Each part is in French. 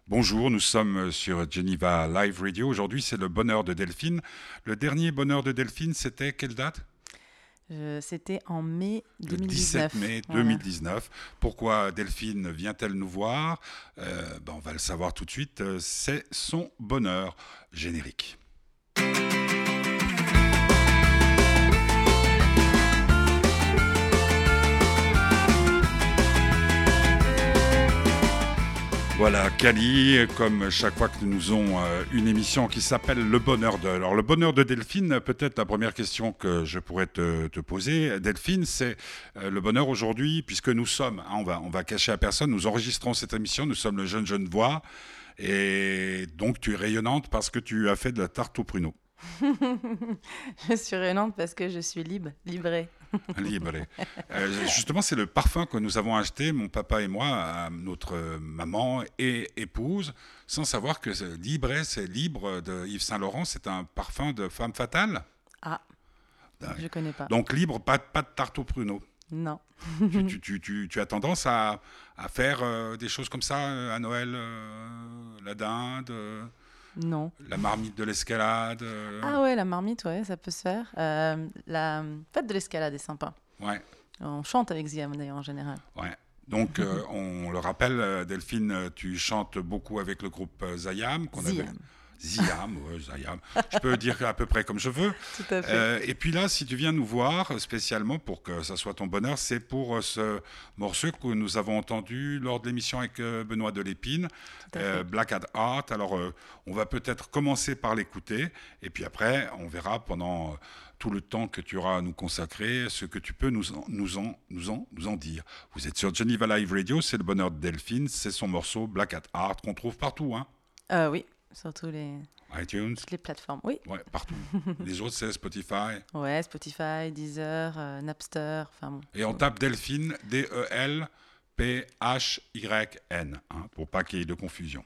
Bonjour, nous sommes sur Geneva Live Radio. Aujourd'hui, c'est le bonheur de Delphine. Le dernier bonheur de Delphine, c'était quelle date? C'était en mai Le 2019. 17 mai Voilà. 2019. Pourquoi Delphine vient-elle nous voir? On va le savoir tout de suite. C'est son bonheur générique. Voilà, Cali, comme chaque fois que nous avons une émission qui s'appelle Le Bonheur de. Alors, le bonheur de Delphine, peut-être la première question que je pourrais te poser, Delphine, c'est le bonheur aujourd'hui, puisque nous sommes, on va cacher à personne, nous enregistrons cette émission, nous sommes le jeune voix, et donc tu es rayonnante parce que tu as fait de la tarte aux pruneaux. Je suis rayonnante parce que je suis livrée. Libre. Justement, c'est le parfum que nous avons acheté, mon papa et moi, à notre maman et épouse, sans savoir que Libre, c'est Libre de Yves Saint Laurent, c'est un parfum de femme fatale. Ah, je connais pas. Donc Libre, pas de tarte aux pruneaux. Non. Tu as tendance à faire des choses comme ça à Noël, la dinde, Non. la marmite de l'escalade. Ah ouais, la marmite, ouais, ça peut se faire. La fête de l'escalade est sympa. Ouais. On chante avec Ziam d'ailleurs en général. Ouais. Donc, on le rappelle, Delphine, tu chantes beaucoup avec le groupe Zayam. Ziam, ouais, Zayam. Je peux dire à peu près comme je veux. Tout à fait. Et puis là, si tu viens nous voir spécialement pour que ça soit ton bonheur, c'est pour ce morceau que nous avons entendu lors de l'émission avec Benoît Delépine, Black at Heart. Alors, on va peut-être commencer par l'écouter, et puis après, on verra pendant tout le temps que tu auras à nous consacrer, ce que tu peux nous en dire. Vous êtes sur Geneva Live Radio, c'est le bonheur de Delphine, c'est son morceau Black at Heart qu'on trouve partout, hein. Oui, surtout iTunes. toutes les plateformes. Oui. Ouais, partout. Les autres, c'est Spotify. Ouais, Spotify, Deezer, Napster, enfin bon. Et on tape Delphine, Delphyn, hein, pour pas qu'il y ait de confusion.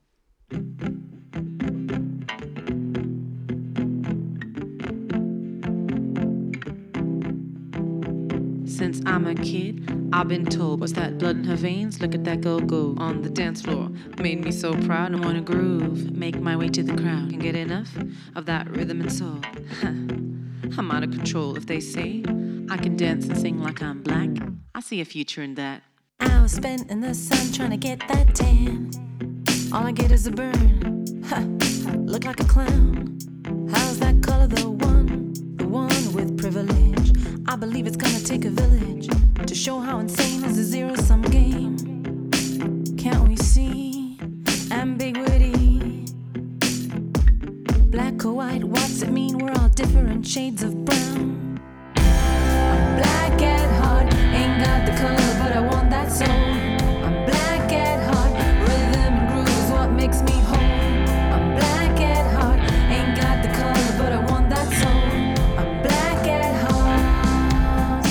Since I'm a kid, I've been told, what's that blood in her veins? Look at that girl go on the dance floor. Made me so proud, I wanna groove. Make my way to the crowd. Can get enough of that rhythm and soul. I'm out of control if they say I can dance and sing like I'm black. I see a future in that. I was spent in the sun trying to get that tan. All I get is a burn. Look like a clown. How's that color the one with privilege? I believe it's gonna take a village to show how insane is a zero-sum game. Can't we see ambiguity? Black or white, what's it mean? We're all different shades of brown. I'm black at heart, ain't got the color, but I want that soul. I'm black at heart, rhythm and groove is what makes me whole. I'm black at heart, ain't got the color, but I want that soul. I'm black at heart,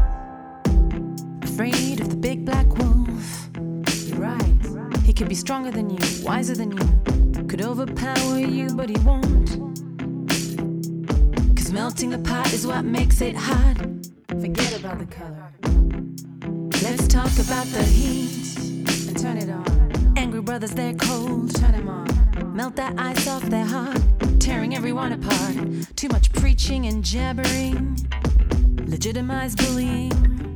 afraid of the big black wolf. You're right, he could be stronger than you, wiser than you, could overpower you, but he won't. Cause melting the pot is what makes it hot. Forget about the color. Let's talk about the heat and turn it on. Angry brothers, they're cold. Turn them on. Melt that ice off their heart, tearing everyone apart. Too much preaching and jabbering, legitimize bullying.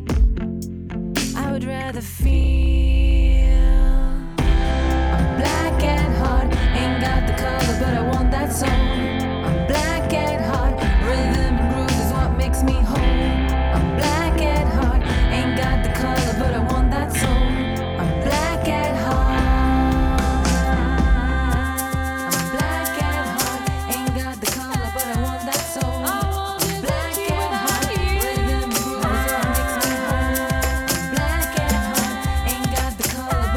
I would rather feel. I'm black at heart, ain't got the color, but I want that soul. I'm black at heart, rhythm and groove is what makes me whole. I'm black at heart, ain't got the color, but I want that soul. I'm black at heart. I'm black at heart, ain't got the color, but I want that soul. I'm black at heart, rhythm and groove is what makes me whole. I'm black at heart, ain't got the color,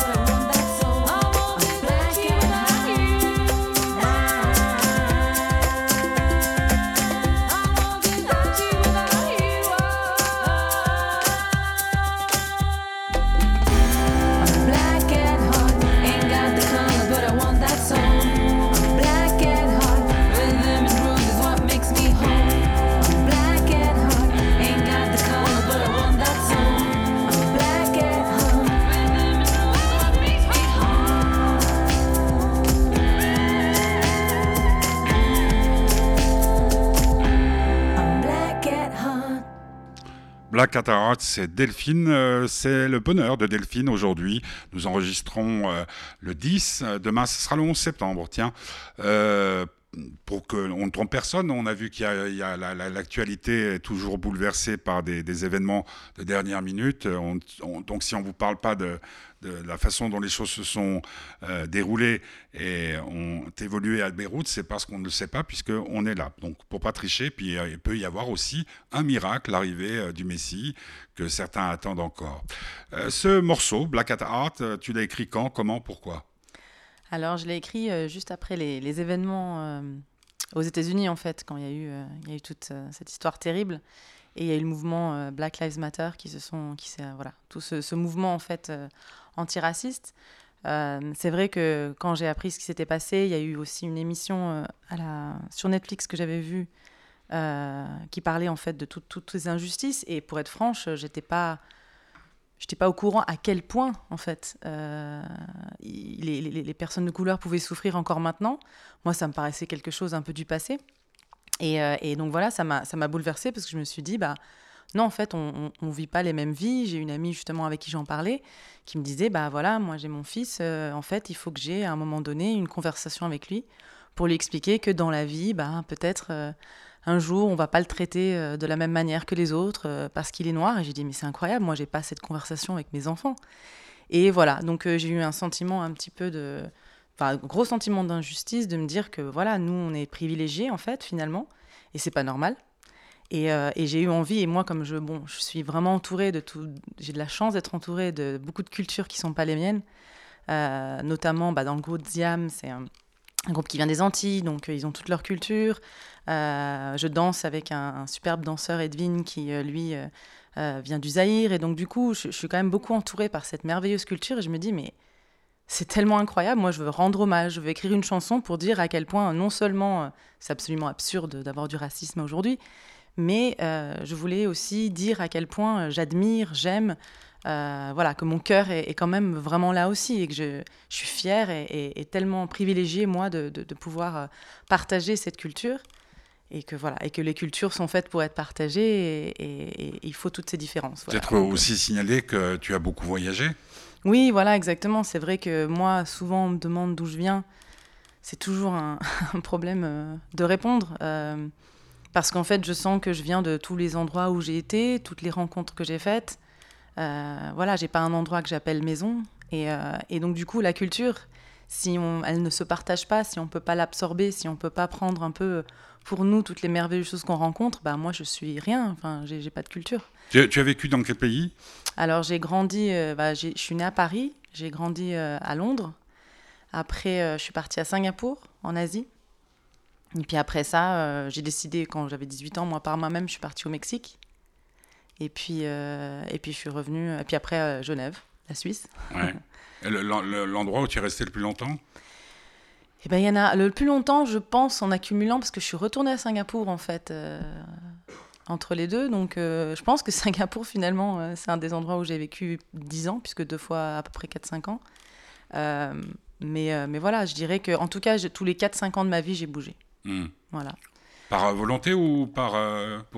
Black at Heart, c'est Delphine, c'est le bonheur de Delphine aujourd'hui. Nous enregistrons le 10, demain ce sera le 11 septembre, tiens. Pour qu'on ne trompe personne, on a vu qu'il y a l'actualité est toujours bouleversée par des événements de dernière minute. Donc si on ne vous parle pas de la façon dont les choses se sont déroulées et ont évolué à Beyrouth, c'est parce qu'on ne le sait pas puisqu'on est là. Donc pour pas tricher, puis il peut y avoir aussi un miracle, l'arrivée du Messie, que certains attendent encore. Ce morceau, Black at Heart, tu l'as écrit quand, comment, pourquoi ? Alors, je l'ai écrit juste après les événements aux États-Unis, en fait, quand il y a eu toute cette histoire terrible. Et il y a eu le mouvement Black Lives Matter voilà, tout ce mouvement, en fait, antiraciste. C'est vrai que quand j'ai appris ce qui s'était passé, il y a eu aussi une émission sur Netflix que j'avais vue qui parlait, en fait, de toutes ces injustices. Et pour être franche, j'étais pas au courant à quel point, en fait, les personnes de couleur pouvaient souffrir encore maintenant. Moi, ça me paraissait quelque chose un peu du passé. Et donc voilà, ça m'a bouleversée parce que je me suis dit, non, en fait, on vit pas les mêmes vies. J'ai une amie, justement, avec qui j'en parlais, qui me disait, voilà, moi, j'ai mon fils. En fait, il faut que j'ai, à un moment donné, une conversation avec lui pour lui expliquer que dans la vie, peut-être... un jour, on va pas le traiter de la même manière que les autres parce qu'il est noir. Et j'ai dit, mais c'est incroyable, moi, j'ai pas cette conversation avec mes enfants. Et voilà, donc j'ai eu un sentiment un petit peu un gros sentiment d'injustice de me dire que, voilà, nous, on est privilégiés, en fait, finalement, et c'est pas normal. Et j'ai eu envie, et moi, comme je suis vraiment entourée de tout, j'ai de la chance d'être entourée de beaucoup de cultures qui sont pas les miennes, notamment dans le groupe Ziam, c'est un groupe qui vient des Antilles, donc ils ont toute leur culture. Je danse avec un superbe danseur, Edwin, qui, lui, vient du Zaïre. Et donc, du coup, je suis quand même beaucoup entourée par cette merveilleuse culture. Et je me dis, mais c'est tellement incroyable. Moi, je veux rendre hommage. Je veux écrire une chanson pour dire à quel point, non seulement, c'est absolument absurde d'avoir du racisme aujourd'hui, mais je voulais aussi dire à quel point j'admire, j'aime, voilà, que mon cœur est quand même vraiment là aussi et que je suis fière et tellement privilégiée, moi, de pouvoir partager cette culture et que les cultures sont faites pour être partagées et il faut toutes ces différences. Voilà. Peut-être aussi signaler que tu as beaucoup voyagé. Oui, voilà, exactement. C'est vrai que moi, souvent, on me demande d'où je viens. C'est toujours un problème de répondre parce qu'en fait, je sens que je viens de tous les endroits où j'ai été, toutes les rencontres que j'ai faites. Voilà, j'ai pas un endroit que j'appelle maison et donc du coup la culture, si elle ne se partage pas, si on peut pas l'absorber, si on peut pas prendre un peu pour nous toutes les merveilleuses choses qu'on rencontre, moi je suis rien, enfin j'ai pas de culture. Tu as vécu dans quel pays ? Alors j'ai grandi, je suis née à Paris, j'ai grandi à Londres, après je suis partie à Singapour en Asie et puis après ça j'ai décidé quand j'avais 18 ans, moi par moi-même je suis partie au Mexique. Et puis je suis revenue. Et puis après, Genève, la Suisse. Ouais. L'endroit où tu es resté le plus longtemps ? Eh ben, il y en a le plus longtemps, je pense, en accumulant, parce que je suis retournée à Singapour, en fait, entre les deux. Donc, je pense que Singapour, finalement, c'est un des endroits où j'ai vécu 10 ans, puisque 2 fois à peu près 4-5 ans. Mais voilà, je dirais qu'en tout cas, tous les 4-5 ans de ma vie, j'ai bougé. Voilà. Par volonté ou par poursuivre ?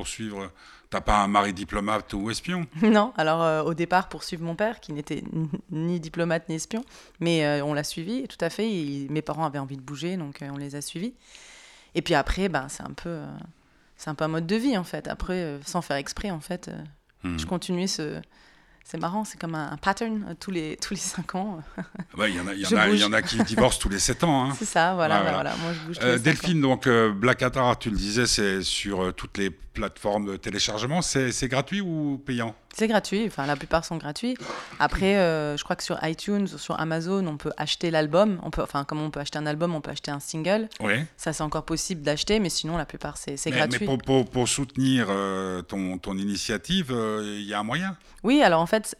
T'as pas un mari diplomate ou espion ? Non, alors au départ pour suivre mon père qui n'était ni diplomate ni espion, mais on l'a suivi tout à fait. Mes parents avaient envie de bouger, donc on les a suivis. Et puis après, c'est un peu un mode de vie en fait. Après, sans faire exprès en fait, je continuais c'est marrant, c'est comme un pattern tous les 5 ans. Il y en a qui divorcent tous les 7 ans. Hein. C'est ça, voilà. Moi, je bouge tous les 5 Delphine, ans. donc Black at Heart, tu le disais, c'est sur toutes les plateformes de téléchargement. C'est gratuit ou payant ? C'est gratuit, enfin la plupart sont gratuits. Après, je crois que sur iTunes ou sur Amazon, on peut acheter l'album. Comme on peut acheter un album, on peut acheter un single. Oui. Ça, c'est encore possible d'acheter, mais sinon, la plupart, c'est gratuit. Mais pour soutenir ton initiative, il y a un moyen ? Oui, alors en fait,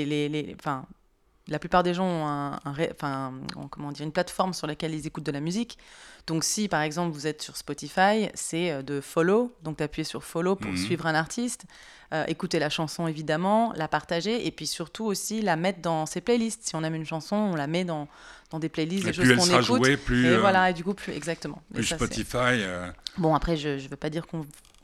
la plupart des gens ont une plateforme sur laquelle ils écoutent de la musique. Donc si par exemple vous êtes sur Spotify, c'est de follow, donc d'appuyer sur follow pour suivre un artiste, écouter la chanson évidemment, la partager et puis surtout aussi la mettre dans ses playlists. Si on aime une chanson, on la met dans des playlists, des choses qu'on écoute. Jouée, plus et voilà, et du coup plus exactement. Plus Spotify. Bon après je veux pas dire qu'on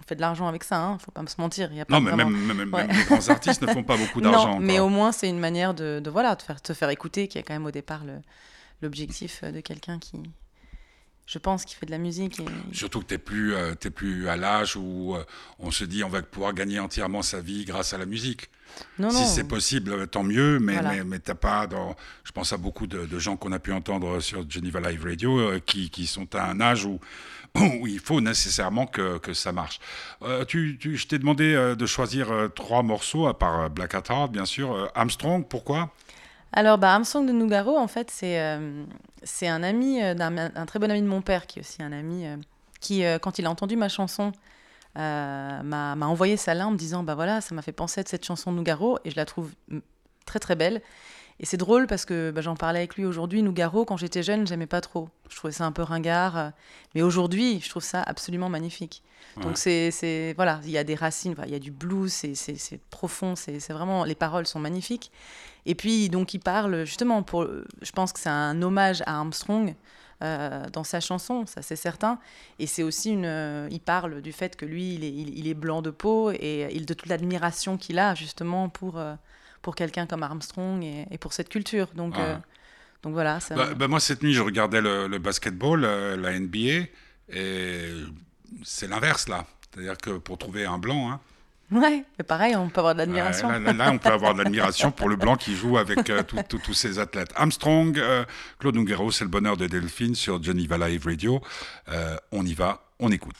fais de l'argent avec ça, hein, faut pas se mentir. Y a pas Non, mais vraiment... même les grands artistes ne font pas beaucoup d'argent. Non, mais au moins, c'est une manière de te faire écouter, qui est quand même au départ l'objectif de quelqu'un qui, je pense, qui fait de la musique. Surtout que t'es plus à l'âge où on se dit on va pouvoir gagner entièrement sa vie grâce à la musique. Non. Si c'est possible, tant mieux, mais, Voilà. mais t'as pas... Je pense à beaucoup de gens qu'on a pu entendre sur Geneva Live Radio qui sont à un âge où il faut nécessairement que ça marche. Je t'ai demandé de choisir 3 morceaux, à part Black at Heart, bien sûr. Armstrong, pourquoi ? Alors, Armstrong de Nougaro, en fait, c'est un ami, un très bon ami de mon père, qui est aussi un ami, qui, quand il a entendu ma chanson, m'a envoyé sa main en me disant, voilà, ça m'a fait penser à cette chanson de Nougaro, et je la trouve très très belle. Et c'est drôle parce que j'en parlais avec lui aujourd'hui. Nougaro, quand j'étais jeune, j'aimais pas trop. Je trouvais ça un peu ringard. Mais aujourd'hui, je trouve ça absolument magnifique. Ouais. Donc, voilà, il y a des racines, il y a du blues, c'est profond, c'est vraiment... Les paroles sont magnifiques. Et puis, donc, il parle justement, je pense que c'est un hommage à Armstrong dans sa chanson, ça c'est certain. Et c'est aussi il parle du fait que lui, il est blanc de peau et de toute l'admiration qu'il a justement pour quelqu'un comme Armstrong et pour cette culture. Donc voilà. Ça... moi, cette nuit, je regardais le basketball, la NBA, et c'est l'inverse, là. C'est-à-dire que pour trouver un blanc... Hein, ouais, mais pareil, on peut avoir de l'admiration. Là, on peut avoir de l'admiration pour le blanc qui joue avec tous ces athlètes. Armstrong, Claude Nougaro, c'est le bonheur de Delphine sur Geneva Live Radio. On y va, on écoute.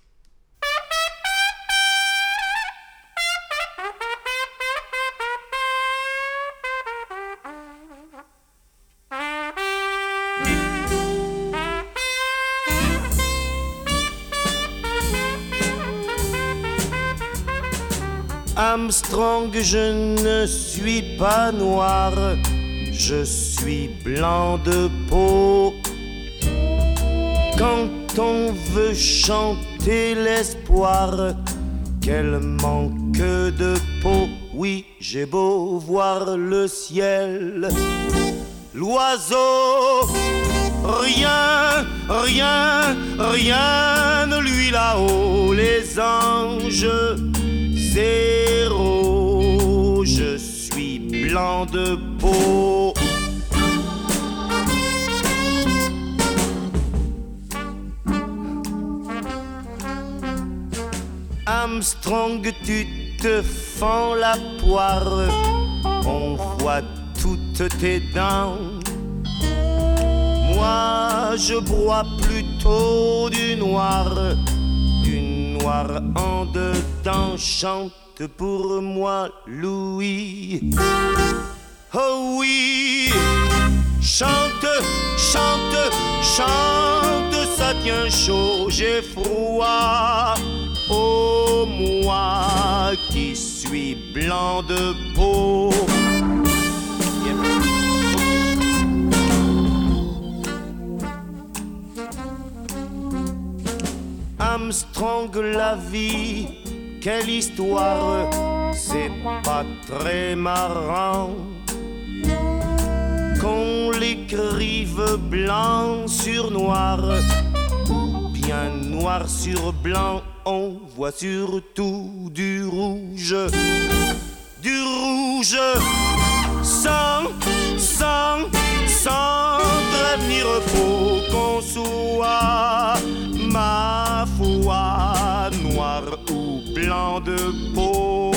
Armstrong, je ne suis pas noir, je suis blanc de peau. Quand on veut chanter l'espoir, quel manque de peau. Oui, j'ai beau voir le ciel, l'oiseau, rien, rien, rien ne lui là-haut, les anges. Zéro, je suis blanc de peau. Armstrong, tu te fends la poire, on voit toutes tes dents. Moi, je broie plutôt du noir en dedans. Chante pour moi, Louis. Oh oui, chante, chante, chante, ça tient chaud, j'ai froid. Oh, moi qui suis blanc de peau. Armstrong, la vie, quelle histoire, c'est pas très marrant qu'on l'écrive blanc sur noir, ou bien noir sur blanc, on voit surtout du rouge, sans trêve ni repos, qu'on soit ma foi, noir ou blanc de peau.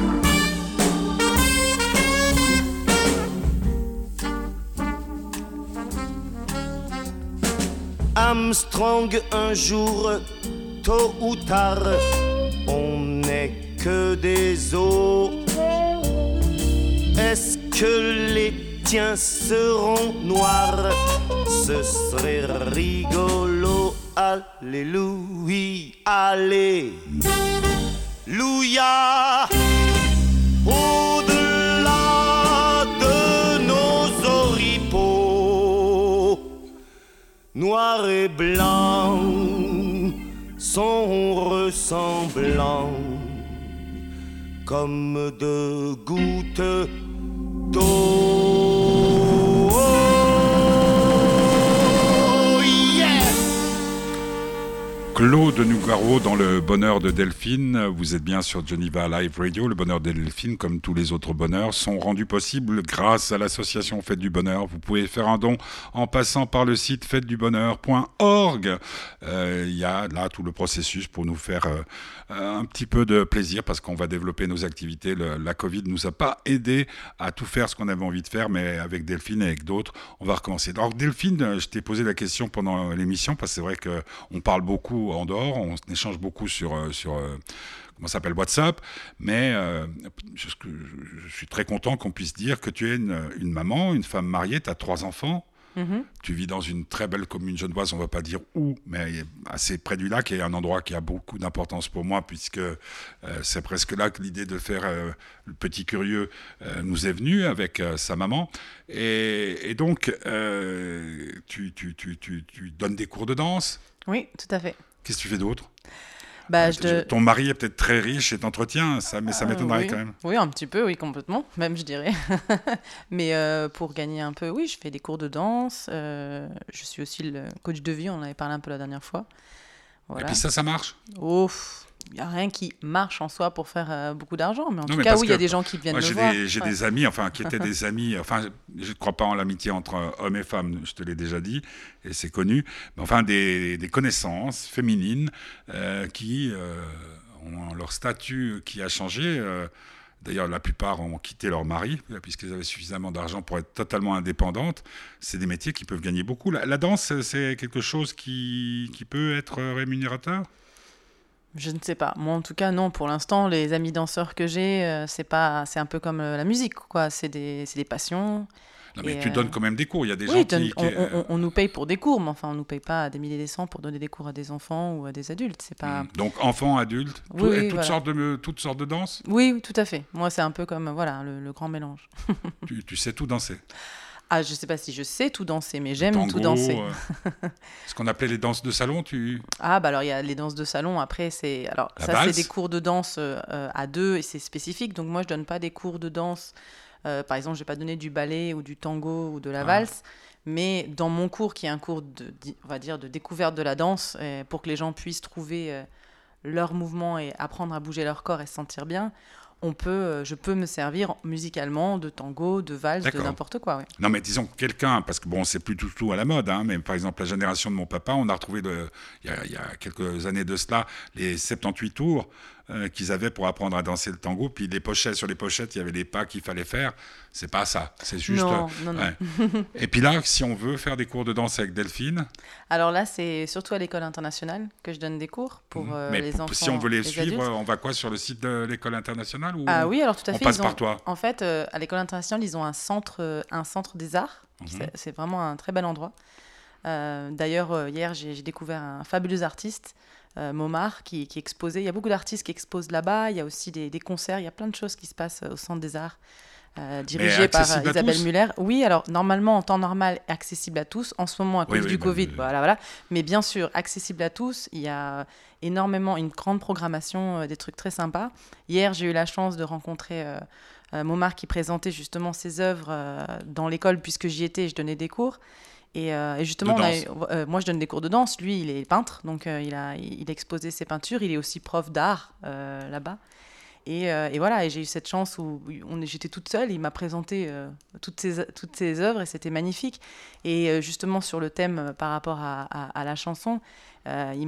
Armstrong, un jour, tôt ou tard, on n'est que des os. Est-ce que les tiens seront noirs? Ce serait rigolo. Alléluia, alléluia. Au-delà de nos oripeaux, noir et blanc sont ressemblants comme deux gouttes d'eau. Claude Nougaro dans le bonheur de Delphine. Vous êtes bien sur Geneva Live Radio. Le bonheur de Delphine, comme tous les autres bonheurs, sont rendus possibles grâce à l'association Fête du Bonheur. Vous pouvez faire un don en passant par le site fêtedubonheur.org. Il y a là tout le processus pour nous faire un petit peu de plaisir parce qu'on va développer nos activités. La Covid ne nous a pas aidé à tout faire ce qu'on avait envie de faire, mais avec Delphine et avec d'autres, on va recommencer. Alors Delphine, je t'ai posé la question pendant l'émission parce que c'est vrai qu'on parle beaucoup en dehors, on échange beaucoup sur comment s'appelle WhatsApp, mais je suis très content qu'on puisse dire que tu es une maman, une femme mariée, tu as 3 enfants. Tu vis dans une très belle commune genevoise, on ne va pas dire où, mais assez près du lac, et un endroit qui a beaucoup d'importance pour moi, puisque c'est presque là que l'idée de faire le petit curieux nous est venue avec sa maman. Et donc, tu donnes des cours de danse. Oui, tout à fait. Qu'est-ce que tu fais d'autre ? Ton mari est peut-être très riche et t'entretient, mais ça m'étonnerait quand même. Oui, un petit peu, oui, complètement, même je dirais. Mais pour gagner un peu, oui, je fais des cours de danse. Je suis aussi le coach de vie, on en avait parlé un peu la dernière fois. Voilà. Et puis ça marche ? Il n'y a rien qui marche en soi pour faire beaucoup d'argent, mais en tout cas, oui, il y a des gens qui viennent me voir. J'ai des amis, qui étaient des amis, je ne crois pas en l'amitié entre hommes et femmes, je te l'ai déjà dit, et c'est connu, mais des connaissances féminines qui ont leur statut qui a changé. D'ailleurs, la plupart ont quitté leur mari, puisqu'ils avaient suffisamment d'argent pour être totalement indépendantes. C'est des métiers qui peuvent gagner beaucoup. La danse, c'est quelque chose qui peut être rémunérateur ? Je ne sais pas. Moi, en tout cas, non. Pour l'instant, les amis danseurs que j'ai, c'est un peu comme la musique, quoi. C'est des passions. Non, mais tu donnes quand même des cours. Il y a des gens on nous paye pour des cours, mais on nous paye pas des milliers et des cents pour donner des cours à des enfants ou à des adultes. C'est pas. Donc enfants, adultes, toutes sortes de danses. Oui, tout à fait. Moi, c'est un peu comme le grand mélange. tu sais tout danser. Ah, je sais pas si je sais tout danser, mais j'aime tout danser. Ce qu'on appelait les danses de salon, alors il y a les danses de salon. Après, c'est des cours de danse à 2 et c'est spécifique. Donc moi, je donne pas des cours de danse. Par exemple, je vais pas donner du ballet ou du tango ou de la valse. Mais dans mon cours, qui est un cours de découverte de la danse, pour que les gens puissent trouver leur mouvement et apprendre à bouger leur corps et se sentir bien. Je peux me servir musicalement de tango, de valse, de n'importe quoi. Ouais. Non, mais disons quelqu'un, parce que c'est plus tout à la mode, mais par exemple, la génération de mon papa, on a retrouvé, il y a quelques années de cela, les 78 tours qu'ils avaient pour apprendre à danser le tango. Puis sur les pochettes, il y avait les pas qu'il fallait faire. C'est pas ça. C'est juste. Non. Ouais. Et puis là, si on veut faire des cours de danse avec Delphine. Alors là, c'est surtout à l'école internationale que je donne des cours pour les enfants. Si on veut les suivre, adultes. On va quoi sur le site de l'école internationale ou oui, alors tout à fait. On passe par toi. En fait, à l'école internationale, ils ont un centre des arts. C'est vraiment un très bel endroit. D'ailleurs, hier, j'ai découvert un fabuleux artiste. Momar qui exposait. Il y a beaucoup d'artistes qui exposent là-bas. Il y a aussi des concerts. Il y a plein de choses qui se passent au Centre des Arts, dirigé par Isabelle Muller. Oui, alors normalement, en temps normal, accessible à tous. En ce moment, à cause du Covid, voilà. Mais bien sûr, accessible à tous. Il y a une grande programmation, des trucs très sympas. Hier, j'ai eu la chance de rencontrer Momar qui présentait justement ses œuvres dans l'école, puisque j'y étais, je donnais des cours. Et justement, moi je donne des cours de danse, lui il est peintre, donc il a exposé ses peintures, il est aussi prof d'art là-bas. Et voilà, et j'ai eu cette chance où j'étais toute seule, il m'a présenté toutes ses œuvres et c'était magnifique. Et justement sur le thème par rapport à la chanson, il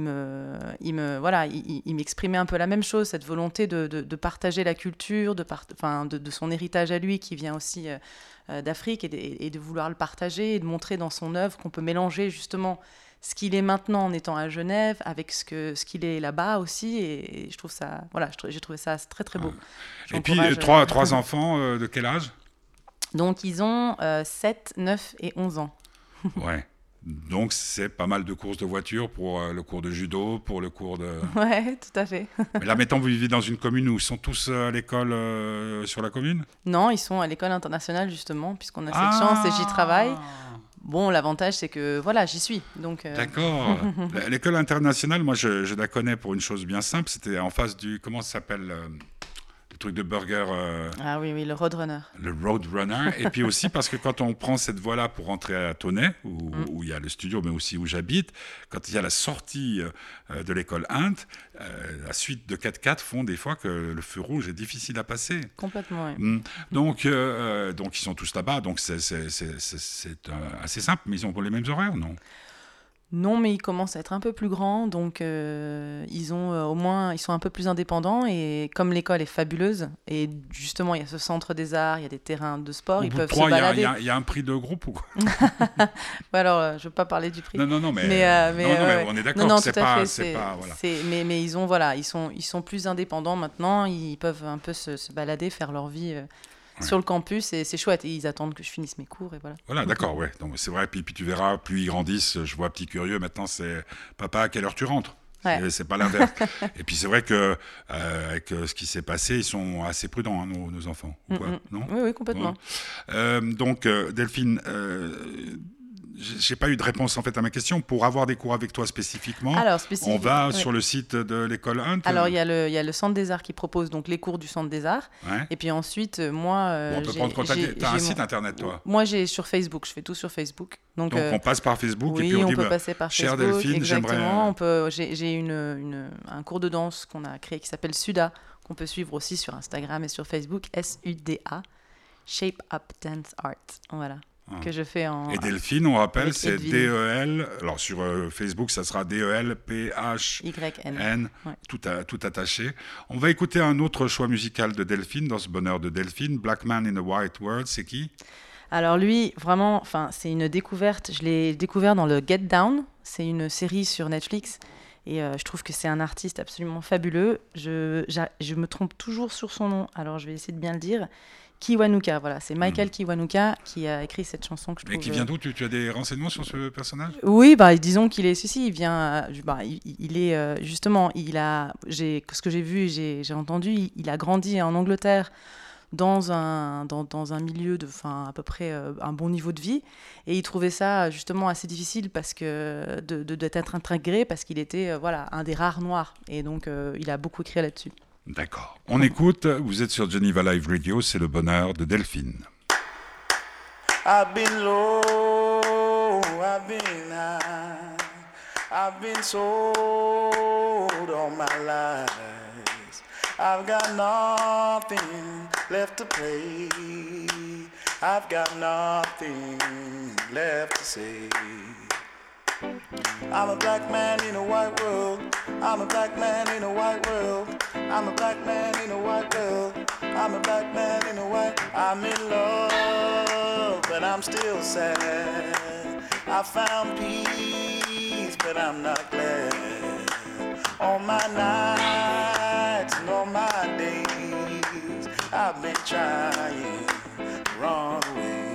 m'exprimait un peu la même chose, cette volonté de partager la culture, de son héritage à lui qui vient aussi d'Afrique et de vouloir le partager et de montrer dans son œuvre qu'on peut mélanger justement ce qu'il est maintenant en étant à Genève avec ce qu'il est là-bas aussi, et je trouve ça, j'ai trouvé ça très très beau. Et puis trois enfants de quel âge ? Donc ils ont 7, 9 et 11 ans. Ouais. Donc c'est pas mal de courses de voiture pour le cours de judo, pour le cours de... Ouais, tout à fait. Mais là maintenant vous vivez dans une commune où ils sont tous à l'école sur la commune ? Non, ils sont à l'école internationale justement, puisqu'on a cette chance et j'y travaille. Bon, l'avantage c'est que voilà, j'y suis. Donc, D'accord. L'école internationale, moi je la connais pour une chose bien simple, c'était en face du... Comment ça s'appelle truc de burger. Ah oui, le Roadrunner. Le Roadrunner. Et puis aussi parce que quand on prend cette voie-là pour rentrer à Tonnet, où il y a le studio, mais aussi où j'habite, quand il y a la sortie de l'école Int, la suite de 4x4 font des fois que le feu rouge est difficile à passer. Complètement, oui. Donc ils sont tous là-bas, donc c'est assez simple, mais ils ont les mêmes horaires, non ? Non, mais ils commencent à être un peu plus grands, donc ils ont au moins, ils sont un peu plus indépendants, et comme l'école est fabuleuse, et justement il y a ce centre des arts, il y a des terrains de sport, ils peuvent se balader. Il y a un prix de groupe ou quoi ? Alors, je veux pas parler du prix. Non, mais on est d'accord. Non, c'est tout à pas, fait. c'est pas, voilà. Mais ils sont plus indépendants maintenant. Ils peuvent un peu se balader, faire leur vie. Sur le campus, et c'est chouette, et ils attendent que je finisse mes cours, et voilà. Voilà, d'accord, ouais. Donc c'est vrai, puis tu verras, plus ils grandissent, je vois petit curieux, maintenant c'est papa, à quelle heure tu rentres ? Ouais. C'est pas l'inverse. Et puis c'est vrai que avec ce qui s'est passé, ils sont assez prudents, hein, nos enfants, ou quoi, non ? Oui, complètement. Ouais. Donc Delphine, j'ai pas eu de réponse en fait à ma question. Pour avoir des cours avec toi spécifiquement, on va sur le site de l'école Hunt. Alors il y a le Centre des Arts qui propose donc les cours du Centre des Arts. Ouais. Et puis ensuite moi. On peut prendre contact. T'as un site internet toi ? Moi j'ai sur Facebook, je fais tout sur Facebook. Donc on passe par Facebook oui, et puis on dit peut passer par chère Facebook. Delphine, exactement. J'ai un cours de danse qu'on a créé qui s'appelle Suda, qu'on peut suivre aussi sur Instagram et sur Facebook, SUDA, Shape Up Dance Art. Voilà. Que je fais en... Et Delphine, on rappelle, c'est Edwin. DEL. Alors sur Facebook, ça sera DELPHN, ouais. tout attaché. On va écouter un autre choix musical de Delphine, dans ce bonheur de Delphine. Black Man in a White World, c'est qui ? Alors lui, vraiment, c'est une découverte. Je l'ai découvert dans le Get Down. C'est une série sur Netflix. Et je trouve que c'est un artiste absolument fabuleux. Je me trompe toujours sur son nom. Alors je vais essayer de bien le dire. Kiwanuka, voilà, c'est Michael Kiwanuka qui a écrit cette chanson que je trouve... Et qui vient d'où ? Tu as des renseignements sur ce personnage ? Oui, disons qu'il est... Si, il vient... il est... justement, ce que j'ai vu et j'ai entendu, il a grandi en Angleterre dans un milieu à peu près un bon niveau de vie, et il trouvait ça justement assez difficile parce que d'être intégré, parce qu'il était un des rares noirs, et donc il a beaucoup écrit là-dessus. D'accord. On écoute, vous êtes sur Geneva Live Radio, c'est le bonheur de Delphine. I've been low, I've been high, I've been sold all my life. I've got nothing left to play, I've got nothing left to say. I'm a black man in a white world, I'm a black man in a white world, I'm a black man in a white world, I'm a black man in a white. I'm in love, but I'm still sad. I found peace, but I'm not glad. All my nights and all my days, I've been trying to run away.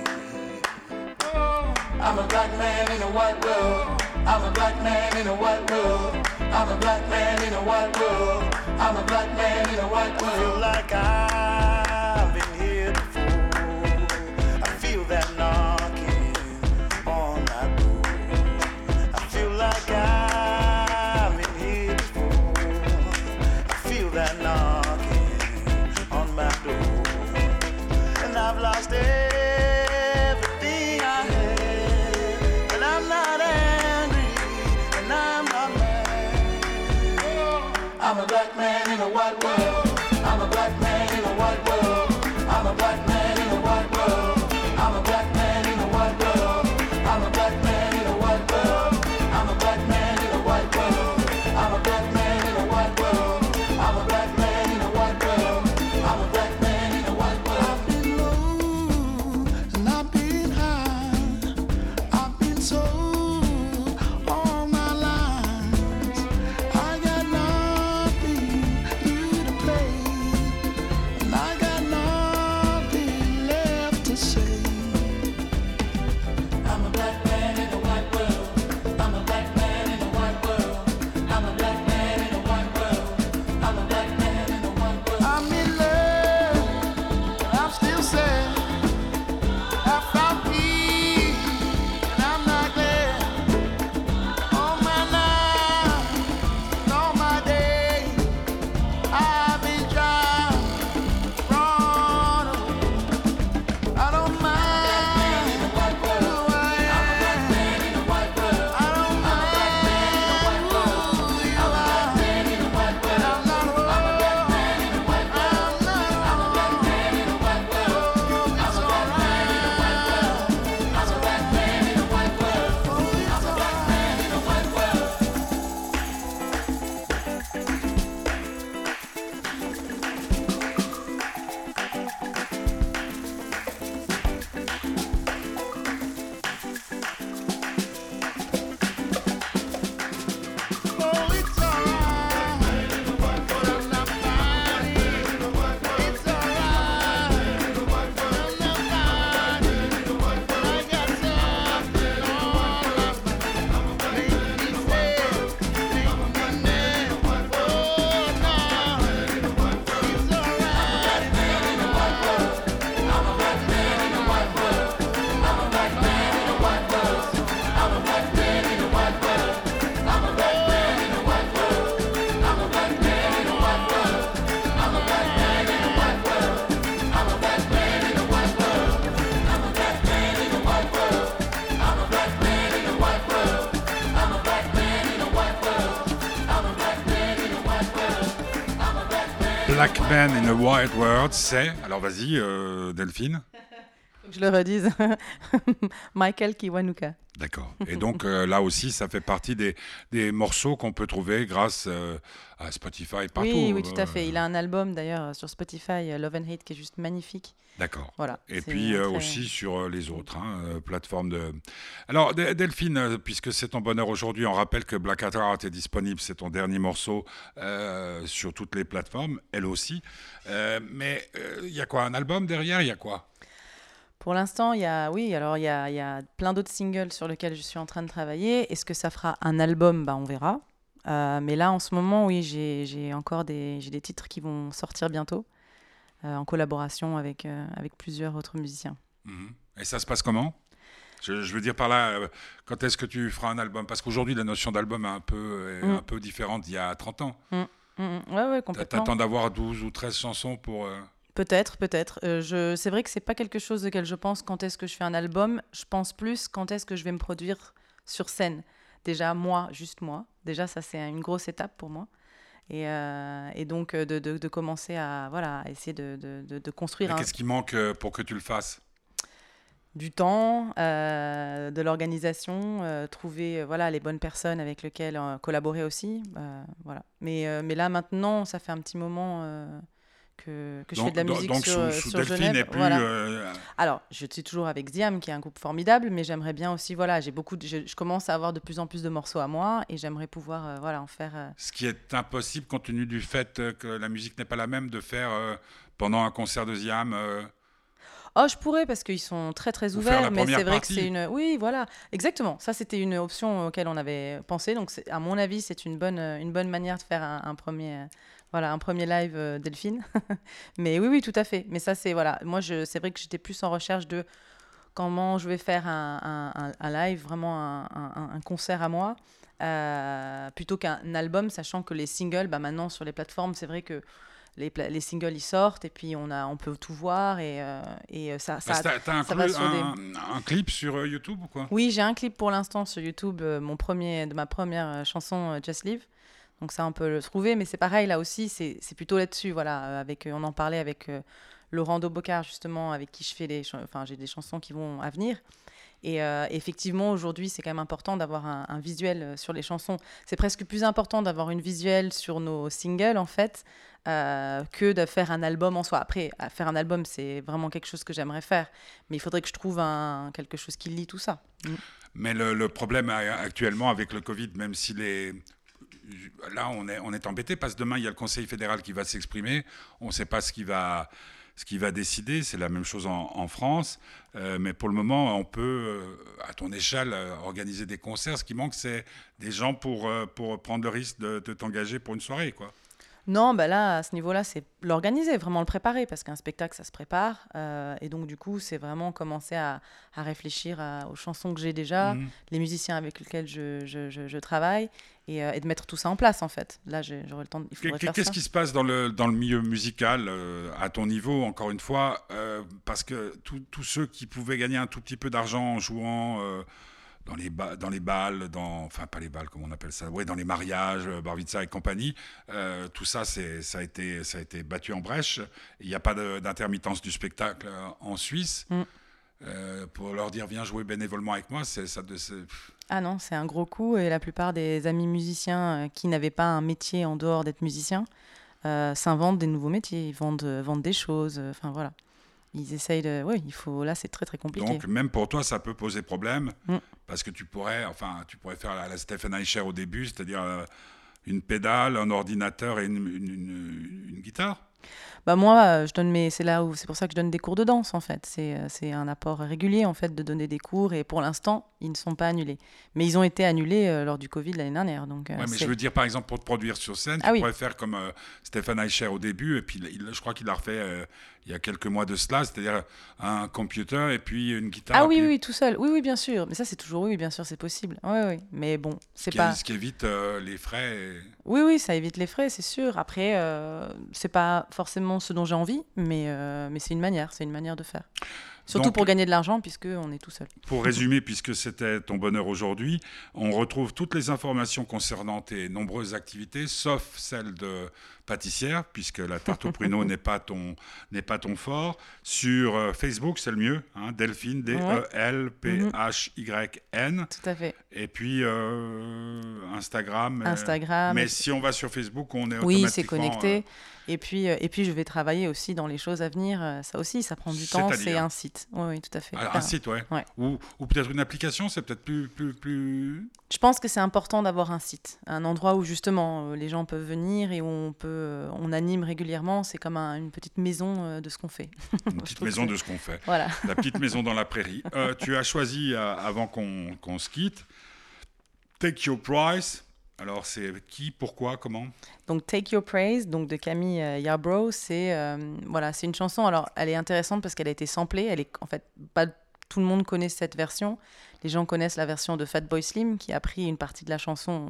I'm a black man in a white world, I'm a black man in a white world, I'm a black man in a white world, I'm a black man in a white world. I feel like I've been here before, I feel that knocking on my door. I feel like I've been here before, I feel that knocking on my door. And I've lost everything I had, and I'm not angry, and I'm not mad. I'm a black man in a white world, I'm a black man in a white world, I'm a black man in a white world, I'm a black man in a white world, I'm a black man in a white world, I'm a black man in a white world, I'm a black man in a white world, I'm a black man in a white world, I'm a black man in a white world. I've been low and I've been high, I've been sold all my life. I got nothing new to play, and I got nothing Black Man in a Wild World, c'est... Alors vas-y, Delphine. Faut que je le redise. Michael Kiwanuka. D'accord. Et donc là aussi, ça fait partie des morceaux qu'on peut trouver grâce à Spotify partout. Oui, tout à fait. Il a un album d'ailleurs sur Spotify, Love and Hate, qui est juste magnifique. D'accord. Voilà, et puis très... aussi sur les autres plateformes de... Alors Delphine, puisque c'est ton bonheur aujourd'hui, on rappelle que Black at Heart est disponible, c'est ton dernier morceau sur toutes les plateformes, elle aussi. Mais il y a quoi, un album derrière, il y a quoi? Pour l'instant, il y a plein d'autres singles sur lesquels je suis en train de travailler. Est-ce que ça fera un album? On verra. Mais là, en ce moment, oui, j'ai encore des titres qui vont sortir bientôt, en collaboration avec plusieurs autres musiciens. Mmh. Et ça se passe comment? Je veux dire par là, quand est-ce que tu feras un album? Parce qu'aujourd'hui, la notion d'album est un peu différente d'il y a 30 ans. Ouais, complètement. T'attends d'avoir 12 ou 13 chansons pour... Peut-être. C'est vrai que c'est pas quelque chose auquel je pense quand est-ce que je fais un album. Je pense plus quand est-ce que je vais me produire sur scène. Déjà, juste moi. Déjà, ça, c'est une grosse étape pour moi. Et donc, de commencer à essayer de construire... Qu'est-ce qui manque pour que tu le fasses? Du temps, de l'organisation, trouver les bonnes personnes avec lesquelles collaborer aussi. Voilà. Mais là, maintenant, ça fait un petit moment... que je fais de la musique sur Delphine Genève. Et plus, Alors, je suis toujours avec Diam, qui est un groupe formidable, mais j'aimerais bien aussi, je commence à avoir de plus en plus de morceaux à moi, et j'aimerais pouvoir en faire... Ce qui est impossible, compte tenu du fait que la musique n'est pas la même, de faire pendant un concert de Diam... Oh, je pourrais, parce qu'ils sont très, très ouverts, mais c'est vrai que c'est une... Oui, voilà, exactement. Ça, c'était une option auquel on avait pensé, donc à mon avis, c'est une bonne manière de faire un premier... un premier live Delphine. Mais oui, tout à fait. Mais ça, c'est moi, c'est vrai que j'étais plus en recherche de comment je vais faire un live, vraiment un concert à moi, plutôt qu'un album, sachant que les singles, maintenant sur les plateformes, c'est vrai que les singles ils sortent et puis on peut tout voir et ça va sur un clip sur YouTube ou quoi? Oui, j'ai un clip pour l'instant sur YouTube, de ma première chanson Just Live. Donc ça, on peut le trouver, mais c'est pareil, là aussi, c'est plutôt là-dessus, on en parlait avec Laurent Daubocard, justement, avec qui je fais j'ai des chansons qui vont à venir. Et effectivement, aujourd'hui, c'est quand même important d'avoir un visuel sur les chansons. C'est presque plus important d'avoir une visuelle sur nos singles, en fait, que de faire un album en soi. Après, faire un album, c'est vraiment quelque chose que j'aimerais faire, mais il faudrait que je trouve quelque chose qui lie tout ça. Mais le problème actuellement avec le Covid, même si là, on est embêté parce que demain, il y a le Conseil fédéral qui va s'exprimer. On ne sait pas ce qu'il va décider. C'est la même chose en France. Mais pour le moment, on peut, à ton échelle, organiser des concerts. Ce qui manque, c'est des gens pour prendre le risque de t'engager pour une soirée, quoi. Non, là, à ce niveau-là, c'est l'organiser, vraiment le préparer, parce qu'un spectacle, ça se prépare. Et donc, du coup, c'est vraiment commencer à réfléchir aux chansons que j'ai déjà, les musiciens avec lesquels je travaille, et de mettre tout ça en place, en fait. Là, j'aurai le temps. Il faudrait faire ça. Qu'est-ce qui se passe dans le milieu musical, à ton niveau, encore une fois, parce que tous ceux qui pouvaient gagner un tout petit peu d'argent en jouant... dans les balles, pas les balles, comme on appelle ça, dans les mariages, Barvitsa et compagnie, tout ça, ça a été battu en brèche. Il n'y a pas d'intermittence du spectacle en Suisse. Pour leur dire, viens jouer bénévolement avec moi, Ah non, c'est un gros coup, et la plupart des amis musiciens qui n'avaient pas un métier en dehors d'être musiciens s'inventent des nouveaux métiers, ils vendent des choses, voilà. Ils essayent là, c'est très, très compliqué. Donc, même pour toi, ça peut poser problème, parce que tu pourrais faire la Stephen Eicher au début, c'est-à-dire une pédale, un ordinateur et une guitare. Moi, c'est pour ça que je donne des cours de danse, en fait. C'est un apport régulier, en fait, de donner des cours, et pour l'instant, ils ne sont pas annulés. Mais ils ont été annulés lors du Covid l'année dernière. Donc, mais je veux dire, par exemple, pour te produire sur scène, tu pourrais faire comme Stephen Eicher au début, et puis je crois qu'il a refait il y a quelques mois de cela, c'est-à-dire un computer et puis une guitare. Ah oui, tout seul. Oui, bien sûr. Mais ça, c'est toujours, oui, bien sûr, c'est possible. Oui. Mais bon, c'est pas... Ce qui évite les frais. Oui, ça évite les frais, c'est sûr. Après, c'est pas forcément ce dont j'ai envie, mais c'est une manière de faire. Surtout Donc, pour gagner de l'argent, puisqu'on est tout seul. Pour résumer, puisque c'était ton bonheur aujourd'hui, on retrouve toutes les informations concernant tes nombreuses activités, sauf celle de pâtissière, puisque la tarte au pruneau n'est pas ton fort. Sur Facebook, c'est le mieux, hein, Delphine, D-E-L-P-H-Y-N. Tout à fait. Et puis Instagram. Mais si on va sur Facebook, on est automatiquement... Oui, c'est connecté. Et puis, je vais travailler aussi dans les choses à venir. Ça aussi, ça prend du temps. C'est un site. Oui, tout à fait. Un site, ouais. Ou peut-être une application, c'est peut-être plus... Je pense que c'est important d'avoir un site. Un endroit où, justement, les gens peuvent venir et où on anime régulièrement. C'est comme une petite maison de ce qu'on fait. Une petite maison de ce qu'on fait. Voilà. La petite maison dans la prairie. Tu as choisi, avant qu'on se quitte, Take Your Prize. Alors, c'est qui, pourquoi, comment ? Donc, Take Your Praise, donc de Camille Yarbrough, c'est une chanson. Alors, elle est intéressante parce qu'elle a été samplée. Elle est, en fait, pas tout le monde connaît cette version. Les gens connaissent la version de Fatboy Slim qui a pris une partie de la chanson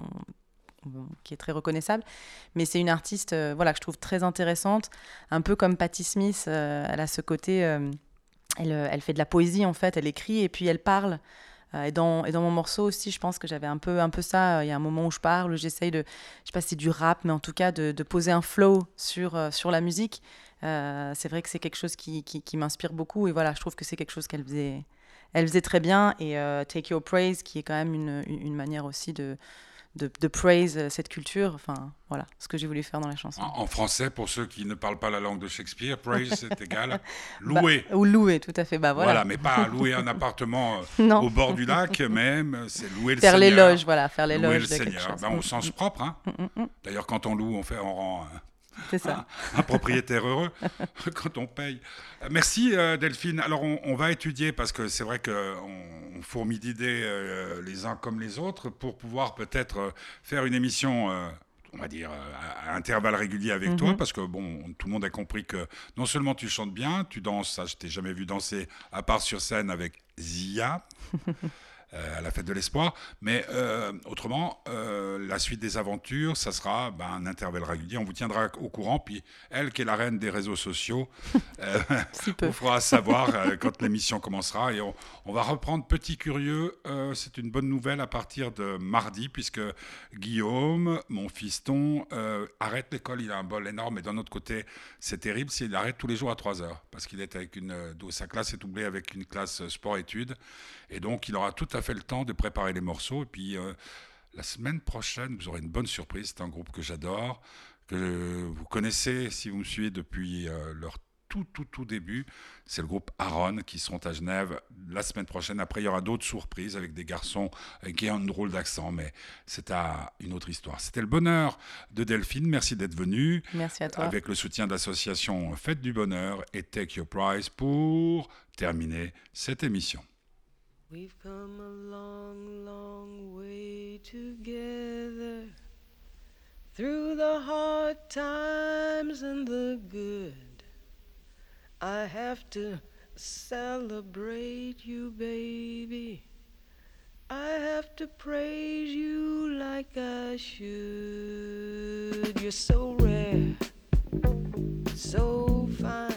qui est très reconnaissable. Mais c'est une artiste que je trouve très intéressante. Un peu comme Patti Smith, elle a ce côté... elle fait de la poésie, en fait. Elle écrit et puis elle parle. Et dans mon morceau aussi, je pense que j'avais un peu ça. Il y a un moment où je parle, où j'essaye de, je sais pas si c'est du rap, mais en tout cas de poser un flow sur la musique. C'est vrai que c'est quelque chose qui m'inspire beaucoup. Et voilà, je trouve que c'est quelque chose qu'elle faisait très bien. Et Take Your Praise, qui est quand même une manière aussi de praise cette culture. Enfin, voilà, ce que j'ai voulu faire dans la chanson. En français, pour ceux qui ne parlent pas la langue de Shakespeare, praise, c'est égal louer. Ou louer, tout à fait. Voilà, mais pas louer un appartement au bord du lac, même, c'est louer le Seigneur. Faire l'éloge, faire l'éloge louer de le quelque Seigneur. chose. Au sens propre. Hein. D'ailleurs, quand on loue, on rend... C'est ça. Un propriétaire heureux quand on paye. Merci Delphine. Alors on va étudier parce que c'est vrai qu'on fourmille d'idées les uns comme les autres pour pouvoir peut-être faire une émission, on va dire, à intervalles réguliers avec toi parce que tout le monde a compris que non seulement tu chantes bien, tu danses, ça je t'ai jamais vu danser à part sur scène avec Zia. À la fête de l'espoir, mais autrement, la suite des aventures, ça sera un intervalle régulier, on vous tiendra au courant, puis elle, qui est la reine des réseaux sociaux, vous fera savoir quand l'émission commencera, et on va reprendre Petit Curieux, c'est une bonne nouvelle à partir de mardi, puisque Guillaume, mon fiston, arrête l'école, il a un bol énorme, et d'un autre côté, c'est terrible, il arrête tous les jours à 3h, parce qu'il est avec sa classe est doublée avec une classe sport-études, et donc il aura tout à fait le temps de préparer les morceaux. Et puis la semaine prochaine, vous aurez une bonne surprise. C'est un groupe que j'adore, que vous connaissez si vous me suivez depuis leur tout début. C'est le groupe Aaron qui seront à Genève la semaine prochaine. Après, il y aura d'autres surprises avec des garçons qui ont un drôle d'accent, mais c'est une autre histoire. C'était le bonheur de Delphine. Merci d'être venue. Merci à toi. Avec le soutien de l'association Fête du Bonheur et Take Your Prize pour terminer cette émission. We've come a long, long way together, through the hard times and the good. I have to celebrate you, baby. I have to praise you like I should. You're so rare, so fine.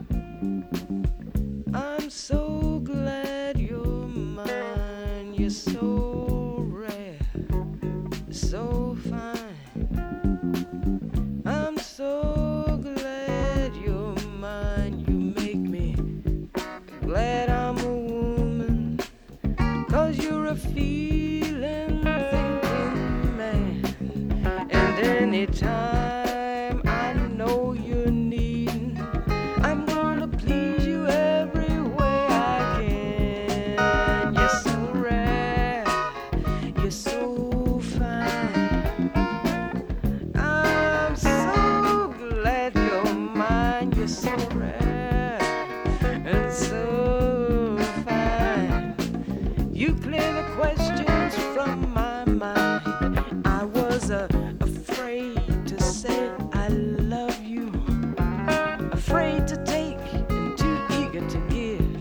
I'm so glad you're mine. You're so rare, so fine. I'm so glad you're mine. You make me glad I'm a woman, 'cause you're a feeling, thinking man. And anytime I know you're needing, I'm gonna please you every way I can. You're so rare, you're so fine. I'm so glad you're mine. You're so rare and so fine. You clear the questions from my mind. I was afraid to say I love you, afraid to take and too eager to give.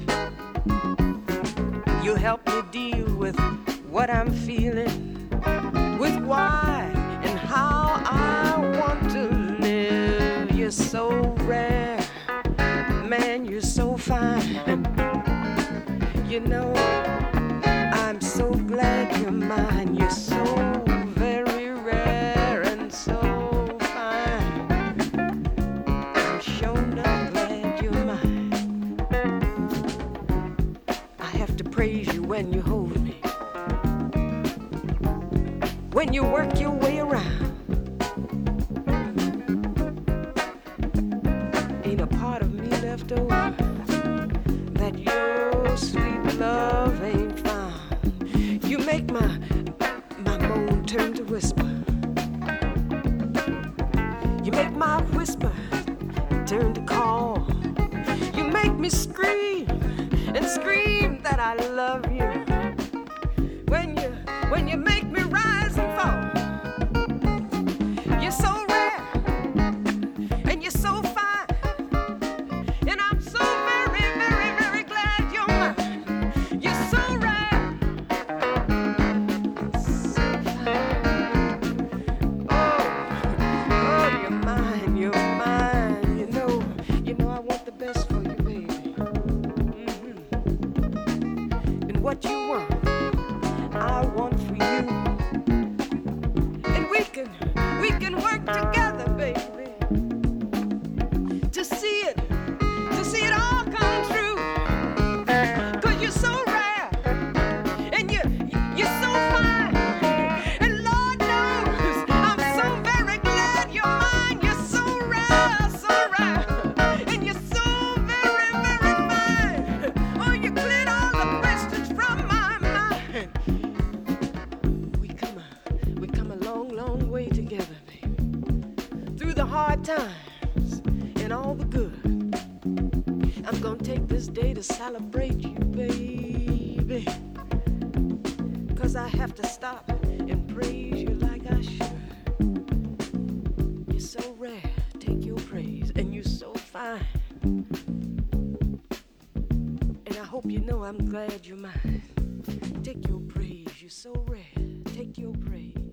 You help me deal with what I'm feeling, with why and how I want to live. You're so rare, man, you're so fine. You know, I'm so glad you're mine. You're so very rare and so fine. I'm sure not glad you're mine. I have to praise you when you hold me, when you work your way around. Ain't a part of me left over that your sweet love ain't found. You make my moan turn to whisper. You make my whisper turn to call. You make me scream and scream that I love you. When you make me rise and fall. You're so rare and you're so fine, and I'm so very, very, very glad you're mine. You're so rare, so fine. Oh, you're mine, you're mine. You know I want the best for you, baby. And what you want, I want for you. And we can work together, baby, to see it all come true. 'Cause you're so rare and you're so fine. And Lord knows I'm so very glad you're mine. You're so rare, and you're so very, very fine. Oh, you cleared all the questions from my mind. We come a long, long way together, baby. Through the hard times and all the good. I'm gonna take this day to celebrate you, baby. 'Cause I have to stop and praise you like I should. You're so rare, take your praise, and you're so fine. And I hope you know I'm glad you're mine. Take your praise, you're so rare, take your praise.